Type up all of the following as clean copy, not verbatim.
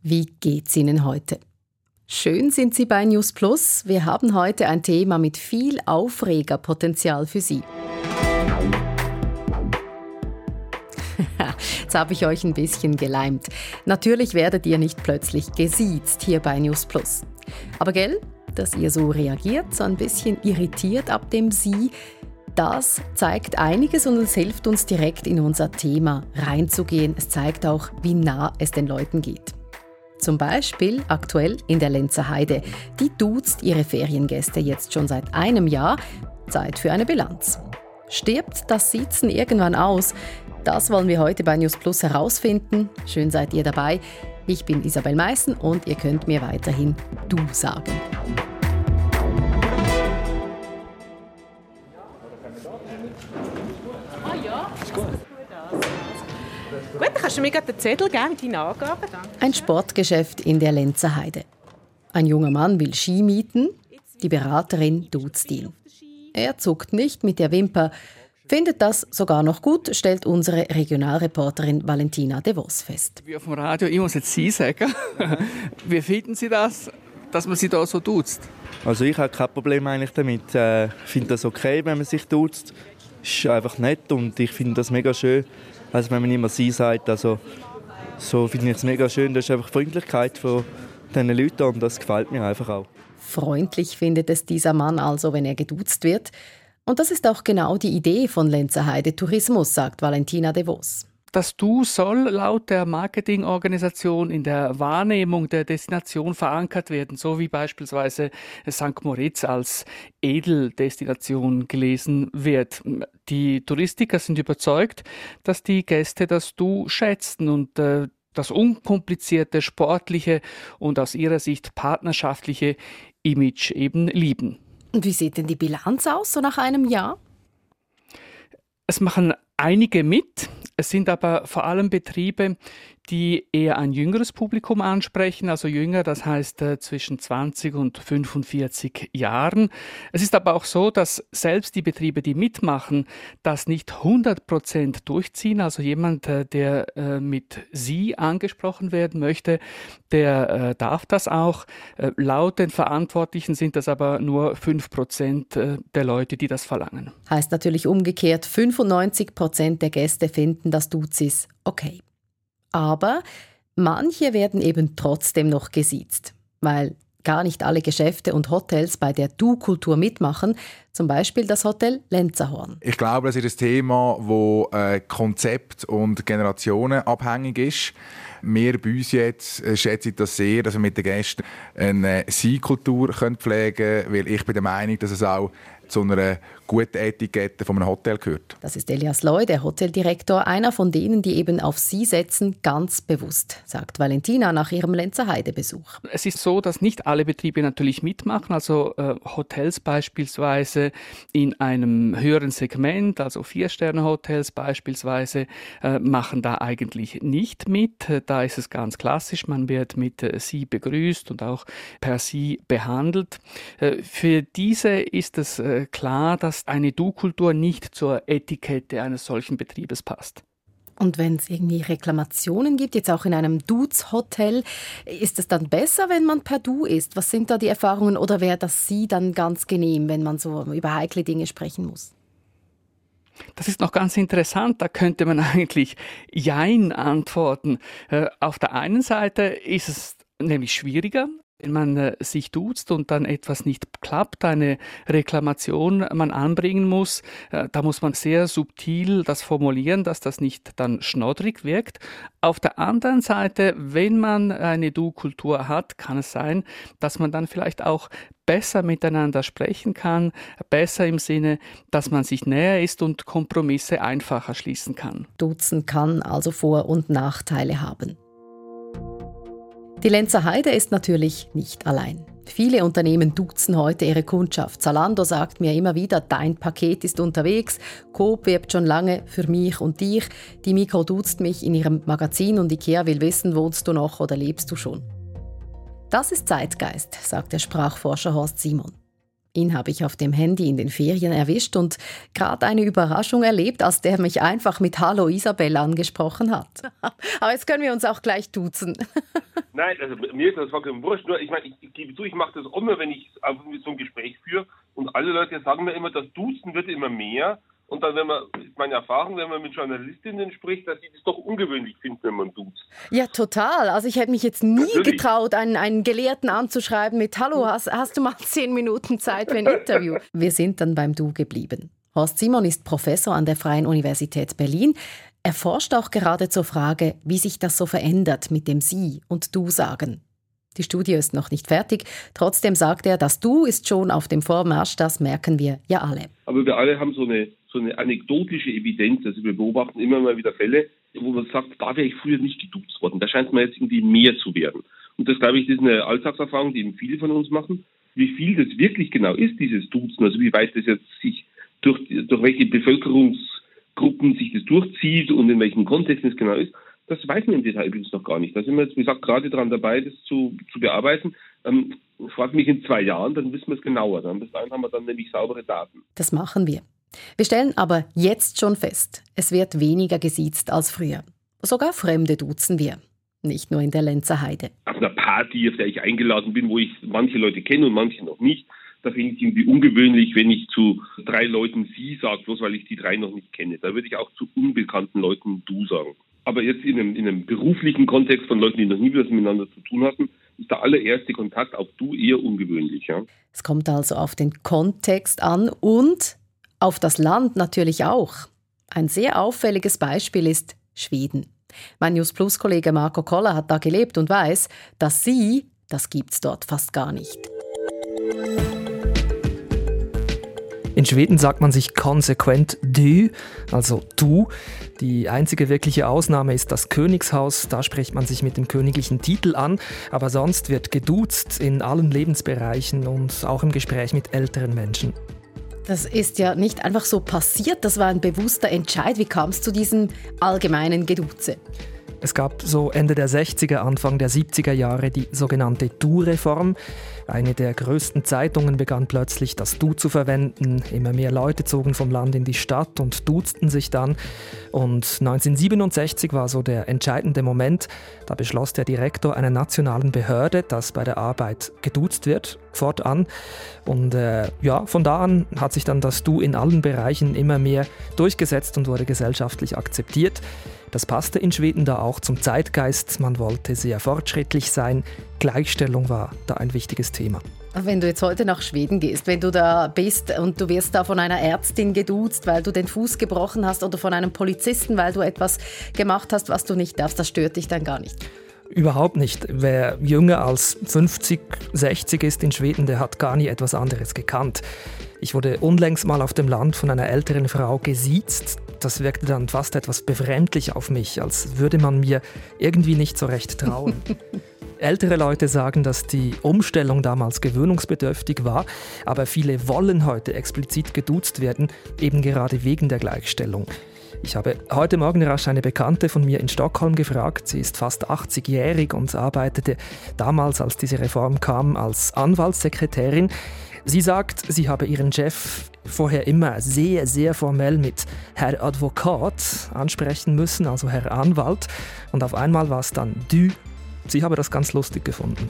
Wie geht's Ihnen heute? Schön sind Sie bei News Plus. Wir haben heute ein Thema mit viel Aufregerpotenzial für Sie. Jetzt habe ich euch ein bisschen geleimt. Natürlich werdet ihr nicht plötzlich gesiezt hier bei News Plus. Aber gell, dass ihr so reagiert, so ein bisschen irritiert ab dem Sie, das zeigt einiges und es hilft uns direkt in unser Thema reinzugehen. Es zeigt auch, wie nah es den Leuten geht. Zum Beispiel aktuell in der Lenzer Heide. Die duzt ihre Feriengäste jetzt schon seit einem Jahr. Zeit für eine Bilanz. Stirbt das Siezen irgendwann aus? Das wollen wir heute bei News Plus herausfinden. Schön seid ihr dabei. Ich bin Isabel Meissen und ihr könnt mir weiterhin Du sagen. Gut, dann kannst du mir gerade den Zettel geben mit deinen Angaben. Danke. Ein Sportgeschäft in der Lenzer Heide. Ein junger Mann will Ski mieten. Die Beraterin duzt ihn. Er zuckt nicht mit der Wimper. Findet das sogar noch gut, stellt unsere Regionalreporterin Valentina de Vos fest. Wie auf dem Radio, ich muss jetzt Sie sagen. Wie finden Sie das, dass man Sie da so duzt? Also ich habe kein Problem eigentlich damit. Ich finde das okay, wenn man sich duzt. Ist einfach nett und ich finde das mega schön. Also wenn man immer Sie sagt, also so finde ich es mega schön. Das ist einfach Freundlichkeit von diesen Leuten und das gefällt mir einfach auch. Freundlich findet es dieser Mann also, wenn er geduzt wird. Und das ist auch genau die Idee von Lenzer Heide Tourismus, sagt Valentina de Vos. Das Du soll laut der Marketingorganisation in der Wahrnehmung der Destination verankert werden, so wie beispielsweise St. Moritz als Edeldestination gelesen wird. Die Touristiker sind überzeugt, dass die Gäste das Du schätzen und das unkomplizierte, sportliche und aus ihrer Sicht partnerschaftliche Image eben lieben. Und wie sieht denn die Bilanz aus, so nach einem Jahr? Es machen einige mit. Es sind aber vor allem Betriebe, die eher ein jüngeres Publikum ansprechen, also jünger, das heißt zwischen 20 und 45 Jahren. Es ist aber auch so, dass selbst die Betriebe, die mitmachen, das nicht 100% durchziehen. Also jemand, der mit Sie angesprochen werden möchte, der darf das auch. Laut den Verantwortlichen sind das aber nur 5% der Leute, die das verlangen. Heißt natürlich umgekehrt, 95% der Gäste finden das Duzis okay. Aber manche werden eben trotzdem noch gesiezt, weil gar nicht alle Geschäfte und Hotels bei der Du-Kultur mitmachen, zum Beispiel das Hotel Lenzerhorn. Ich glaube, das ist ein Thema, das Konzept- und generationenabhängig ist. Wir bei uns jetzt schätzen das sehr, dass wir mit den Gästen eine Sie-Kultur pflegen können, weil ich bin der Meinung, dass es auch zu einer guten Etikette von einem Hotel gehört. Das ist Elias Loy, der Hoteldirektor, einer von denen, die eben auf Sie setzen, ganz bewusst, sagt Valentina nach ihrem Lenzer Heide-Besuch. Es ist so, dass nicht alle Betriebe natürlich mitmachen, also Hotels beispielsweise in einem höheren Segment, also 4-Sterne-Hotels beispielsweise, machen da eigentlich nicht mit. Da ist es ganz klassisch, man wird mit Sie begrüßt und auch per Sie behandelt. Für diese ist es klar, dass eine Du-Kultur nicht zur Etikette eines solchen Betriebes passt. Und wenn es irgendwie Reklamationen gibt, jetzt auch in einem Duz-Hotel, ist es dann besser, wenn man per Du ist? Was sind da die Erfahrungen oder wäre das Sie dann ganz genehm, wenn man so über heikle Dinge sprechen muss? Das ist noch ganz interessant, da könnte man eigentlich Jein antworten. Auf der einen Seite ist es nämlich schwieriger, wenn man sich duzt und dann etwas nicht klappt, eine Reklamation man anbringen muss, da muss man sehr subtil das formulieren, dass das nicht dann schnoddrig wirkt. Auf der anderen Seite, wenn man eine Du-Kultur hat, kann es sein, dass man dann vielleicht auch besser miteinander sprechen kann, besser im Sinne, dass man sich näher ist und Kompromisse einfacher schließen kann. Duzen kann also Vor- und Nachteile haben. Die Lenzer Heide ist natürlich nicht allein. Viele Unternehmen duzen heute ihre Kundschaft. Zalando sagt mir immer wieder, dein Paket ist unterwegs. Coop wirbt schon lange für mich und dich. Die Migros duzt mich in ihrem Magazin und Ikea will wissen, wohnst du noch oder lebst du schon? Das ist Zeitgeist, sagt der Sprachforscher Horst Simon. Ihn habe ich auf dem Handy in den Ferien erwischt und gerade eine Überraschung erlebt, als der mich einfach mit «Hallo Isabel» angesprochen hat. Aber jetzt können wir uns auch gleich duzen. Nein, also mir ist das vollkommen wurscht. Nur, ich meine, ich gebe zu, ich mache das auch immer, wenn ich so ein Gespräch führe. Und alle Leute sagen mir immer, das Duzen wird immer mehr. Und dann, ist meine Erfahrung, wenn man mit Journalistinnen spricht, dass sie das doch ungewöhnlich finden, wenn man duzt. Ja, total. Also ich hätte mich jetzt nie getraut, einen Gelehrten anzuschreiben mit «Hallo, hast du mal 10 Minuten Zeit für ein Interview?» Wir sind dann beim Du geblieben. Horst Simon ist Professor an der Freien Universität Berlin. Er forscht auch gerade zur Frage, wie sich das so verändert mit dem Sie und Du sagen. Die Studie ist noch nicht fertig. Trotzdem sagt er, das Du ist schon auf dem Vormarsch, das merken wir ja alle. Aber wir alle haben so eine anekdotische Evidenz. Also wir beobachten immer mal wieder Fälle, wo man sagt, da wäre ich früher nicht geduzt worden. Da scheint es mir jetzt irgendwie mehr zu werden. Und das, glaube ich, ist eine Alltagserfahrung, die eben viele von uns machen. Wie viel das wirklich genau ist, dieses Duzen, also wie weit das jetzt sich durch welche Bevölkerungsgruppen sich das durchzieht und in welchen Kontexten es genau ist, das weiß man im Detail übrigens noch gar nicht. Da sind wir jetzt, wie gesagt, gerade dran dabei, das zu bearbeiten. Frag mich in 2 Jahren, dann wissen wir es genauer. Bis dahin haben wir dann nämlich saubere Daten. Das machen wir. Wir stellen aber jetzt schon fest, es wird weniger gesiezt als früher. Sogar Fremde duzen wir. Nicht nur in der Lenzer Heide. Auf einer Party, auf der ich eingeladen bin, wo ich manche Leute kenne und manche noch nicht, da finde ich es irgendwie ungewöhnlich, wenn ich zu 3 Leuten Sie sage, bloß weil ich die 3 noch nicht kenne. Da würde ich auch zu unbekannten Leuten Du sagen. Aber jetzt in einem beruflichen Kontext von Leuten, die noch nie was miteinander zu tun hatten, ist der allererste Kontakt auf Du eher ungewöhnlich. Ja? Es kommt also auf den Kontext an und auf das Land natürlich auch. Ein sehr auffälliges Beispiel ist Schweden. Mein News Plus Kollege Marco Koller hat da gelebt und weiß, dass Sie, das gibt's dort fast gar nicht. In Schweden sagt man sich konsequent du, also du. Die einzige wirkliche Ausnahme ist das Königshaus. Da spricht man sich mit dem königlichen Titel an. Aber sonst wird geduzt in allen Lebensbereichen und auch im Gespräch mit älteren Menschen. Das ist ja nicht einfach so passiert, das war ein bewusster Entscheid. Wie kam es zu diesem allgemeinen Geduze? Es gab so Ende der 60er, Anfang der 70er Jahre die sogenannte Du-Reform. Eine der größten Zeitungen begann plötzlich das Du zu verwenden. Immer mehr Leute zogen vom Land in die Stadt und duzten sich dann. Und 1967 war so der entscheidende Moment. Da beschloss der Direktor einer nationalen Behörde, dass bei der Arbeit geduzt wird, fortan. Und von da an hat sich dann das Du in allen Bereichen immer mehr durchgesetzt und wurde gesellschaftlich akzeptiert. Das passte in Schweden da auch zum Zeitgeist. Man wollte sehr fortschrittlich sein. Gleichstellung war da ein wichtiges Thema. Wenn du jetzt heute nach Schweden gehst, wenn du da bist und du wirst da von einer Ärztin geduzt, weil du den Fuß gebrochen hast oder von einem Polizisten, weil du etwas gemacht hast, was du nicht darfst, das stört dich dann gar nicht? Überhaupt nicht. Wer jünger als 50, 60 ist in Schweden, der hat gar nie etwas anderes gekannt. Ich wurde unlängst mal auf dem Land von einer älteren Frau gesiezt. Das wirkte dann fast etwas befremdlich auf mich, als würde man mir irgendwie nicht so recht trauen. Ältere Leute sagen, dass die Umstellung damals gewöhnungsbedürftig war, aber viele wollen heute explizit geduzt werden, eben gerade wegen der Gleichstellung. Ich habe heute Morgen rasch eine Bekannte von mir in Stockholm gefragt. Sie ist fast 80-jährig und arbeitete damals, als diese Reform kam, als Anwaltssekretärin. Sie sagt, sie habe ihren Chef vorher immer sehr, sehr formell mit Herr Advokat ansprechen müssen, also Herr Anwalt. Und auf einmal war es dann du. Sie habe das ganz lustig gefunden.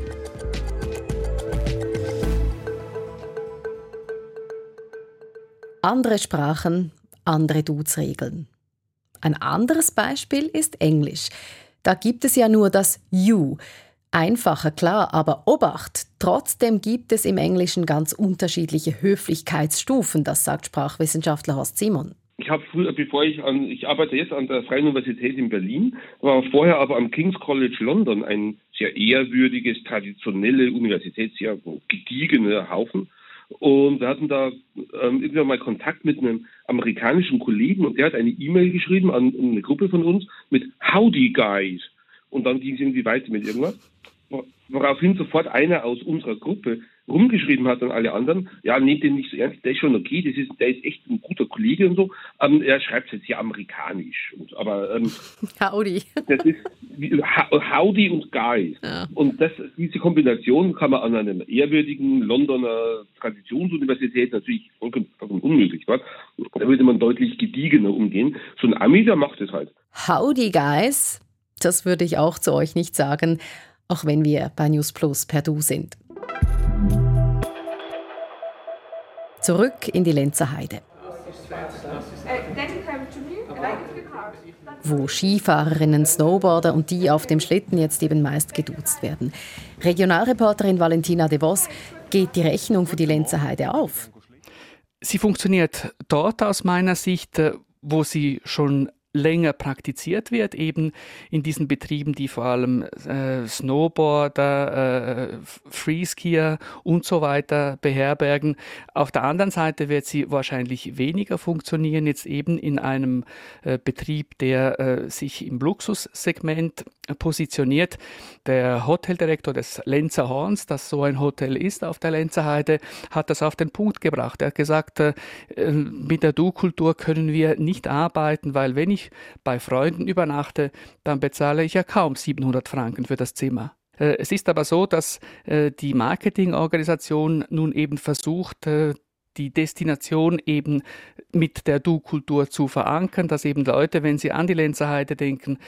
Andere Sprachen, andere Duzregeln. Ein anderes Beispiel ist Englisch. Da gibt es ja nur das You. Einfacher, klar, aber Obacht! Trotzdem gibt es im Englischen ganz unterschiedliche Höflichkeitsstufen, das sagt Sprachwissenschaftler Horst Simon. Ich habe früher, ich arbeite jetzt an der Freien Universität in Berlin, war vorher aber am King's College London, ein sehr ehrwürdiges, traditionelle Universität, sehr gediegener Haufen. Und wir hatten da irgendwann mal Kontakt mit einem amerikanischen Kollegen und der hat eine E-Mail geschrieben an eine Gruppe von uns mit Howdy Guys. Und dann ging es irgendwie weiter mit irgendwas. Woraufhin sofort einer aus unserer Gruppe rumgeschrieben hat an alle anderen, ja, nehmt den nicht so ernst, der ist schon okay, der ist echt ein guter Kollege und so. Er schreibt es jetzt sehr amerikanisch. Howdy. Das ist Howdy und Guy. Ja. Und diese Kombination kann man an einer ehrwürdigen Londoner Traditionsuniversität natürlich vollkommen unmöglich. Was? Da würde man deutlich gediegener umgehen. So ein Ami, der macht es halt. Howdy, Guys. Das würde ich auch zu euch nicht sagen, auch wenn wir bei News Plus per Du sind. Zurück in die Lenzer Heide, wo Skifahrerinnen, Snowboarder und die auf dem Schlitten jetzt eben meist geduzt werden. Regionalreporterin Valentina de Vos, geht die Rechnung für die Lenzer Heide auf? Sie funktioniert dort aus meiner Sicht, wo sie schon länger praktiziert wird, eben in diesen Betrieben, die vor allem Snowboarder, Freeskier und so weiter beherbergen. Auf der anderen Seite wird sie wahrscheinlich weniger funktionieren, jetzt eben in einem Betrieb, der sich im Luxussegment positioniert. Der Hoteldirektor des Lenzer Horns, das so ein Hotel ist auf der Lenzer Heide, hat das auf den Punkt gebracht. Er hat gesagt, mit der Du-Kultur können wir nicht arbeiten, weil wenn ich bei Freunden übernachte, dann bezahle ich ja kaum 700 Franken für das Zimmer. Es ist aber so, dass die Marketingorganisation nun eben versucht, die Destination eben mit der Du-Kultur zu verankern, dass eben Leute, wenn sie an die Lenzer Heide denken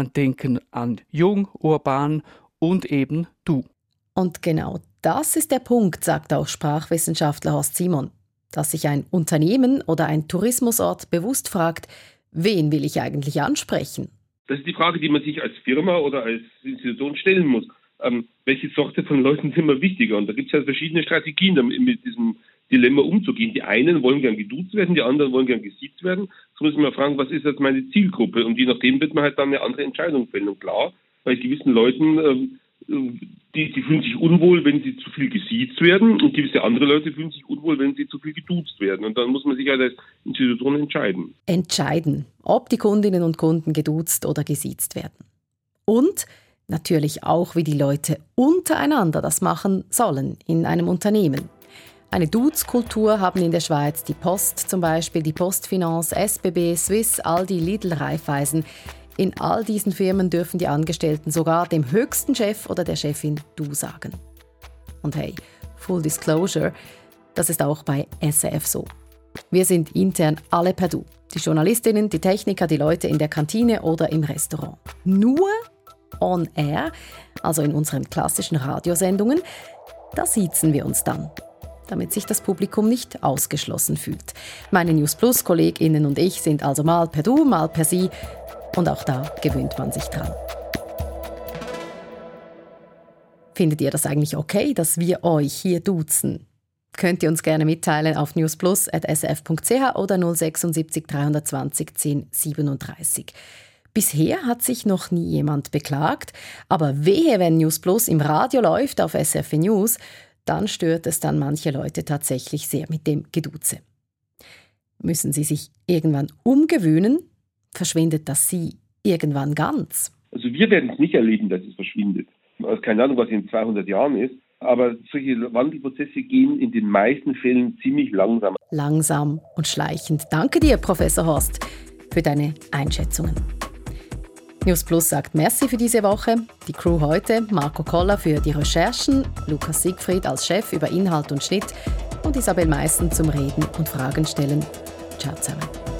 an jung, urban und eben Du. Und genau das ist der Punkt, sagt auch Sprachwissenschaftler Horst Simon, dass sich ein Unternehmen oder ein Tourismusort bewusst fragt, wen will ich eigentlich ansprechen? Das ist die Frage, die man sich als Firma oder als Institution stellen muss. Welche Sorte von Leuten sind mir wichtiger? Und da gibt es ja verschiedene Strategien, damit mit diesem Dilemma umzugehen. Die einen wollen gern geduzt werden, die anderen wollen gern gesiezt werden. So muss man fragen, was ist jetzt meine Zielgruppe? Und je nachdem wird man halt dann eine andere Entscheidung fällen. Und klar, bei gewissen Leuten, die fühlen sich unwohl, wenn sie zu viel gesiezt werden, und gewisse andere Leute fühlen sich unwohl, wenn sie zu viel geduzt werden. Und dann muss man sich halt als Institution entscheiden. Entscheiden, ob die Kundinnen und Kunden geduzt oder gesiezt werden. Und natürlich auch, wie die Leute untereinander das machen sollen in einem Unternehmen. Eine Duzkultur haben in der Schweiz die Post zum Beispiel, die Postfinance, SBB, Swiss, Aldi, Lidl, Raiffeisen. In all diesen Firmen dürfen die Angestellten sogar dem höchsten Chef oder der Chefin Du sagen. Und hey, Full Disclosure, das ist auch bei SRF so. Wir sind intern alle per Du. Die Journalistinnen, die Techniker, die Leute in der Kantine oder im Restaurant. Nur on air, also in unseren klassischen Radiosendungen, da siezen wir uns dann, damit sich das Publikum nicht ausgeschlossen fühlt. Meine News Plus KollegInnen und ich sind also mal per Du, mal per Sie. Und auch da gewöhnt man sich dran. Findet ihr das eigentlich okay, dass wir euch hier duzen? Könnt ihr uns gerne mitteilen auf newsplus@srf.ch oder 076 320 10 37. Bisher hat sich noch nie jemand beklagt, aber wehe, wenn News Plus im Radio läuft auf SRF News, dann stört es dann manche Leute tatsächlich sehr mit dem Geduze. Müssen sie sich irgendwann umgewöhnen? Verschwindet das Sie irgendwann ganz? Also wir werden es nicht erleben, dass es verschwindet. Also keine Ahnung, was in 200 Jahren ist. Aber solche Wandelprozesse gehen in den meisten Fällen ziemlich langsam. Langsam und schleichend. Danke dir, Professor Horst, für deine Einschätzungen. News Plus sagt Merci für diese Woche. Die Crew heute, Marco Koller für die Recherchen, Lukas Siegfried als Chef über Inhalt und Schnitt und Isabel Meissen zum Reden und Fragen stellen. Ciao zusammen.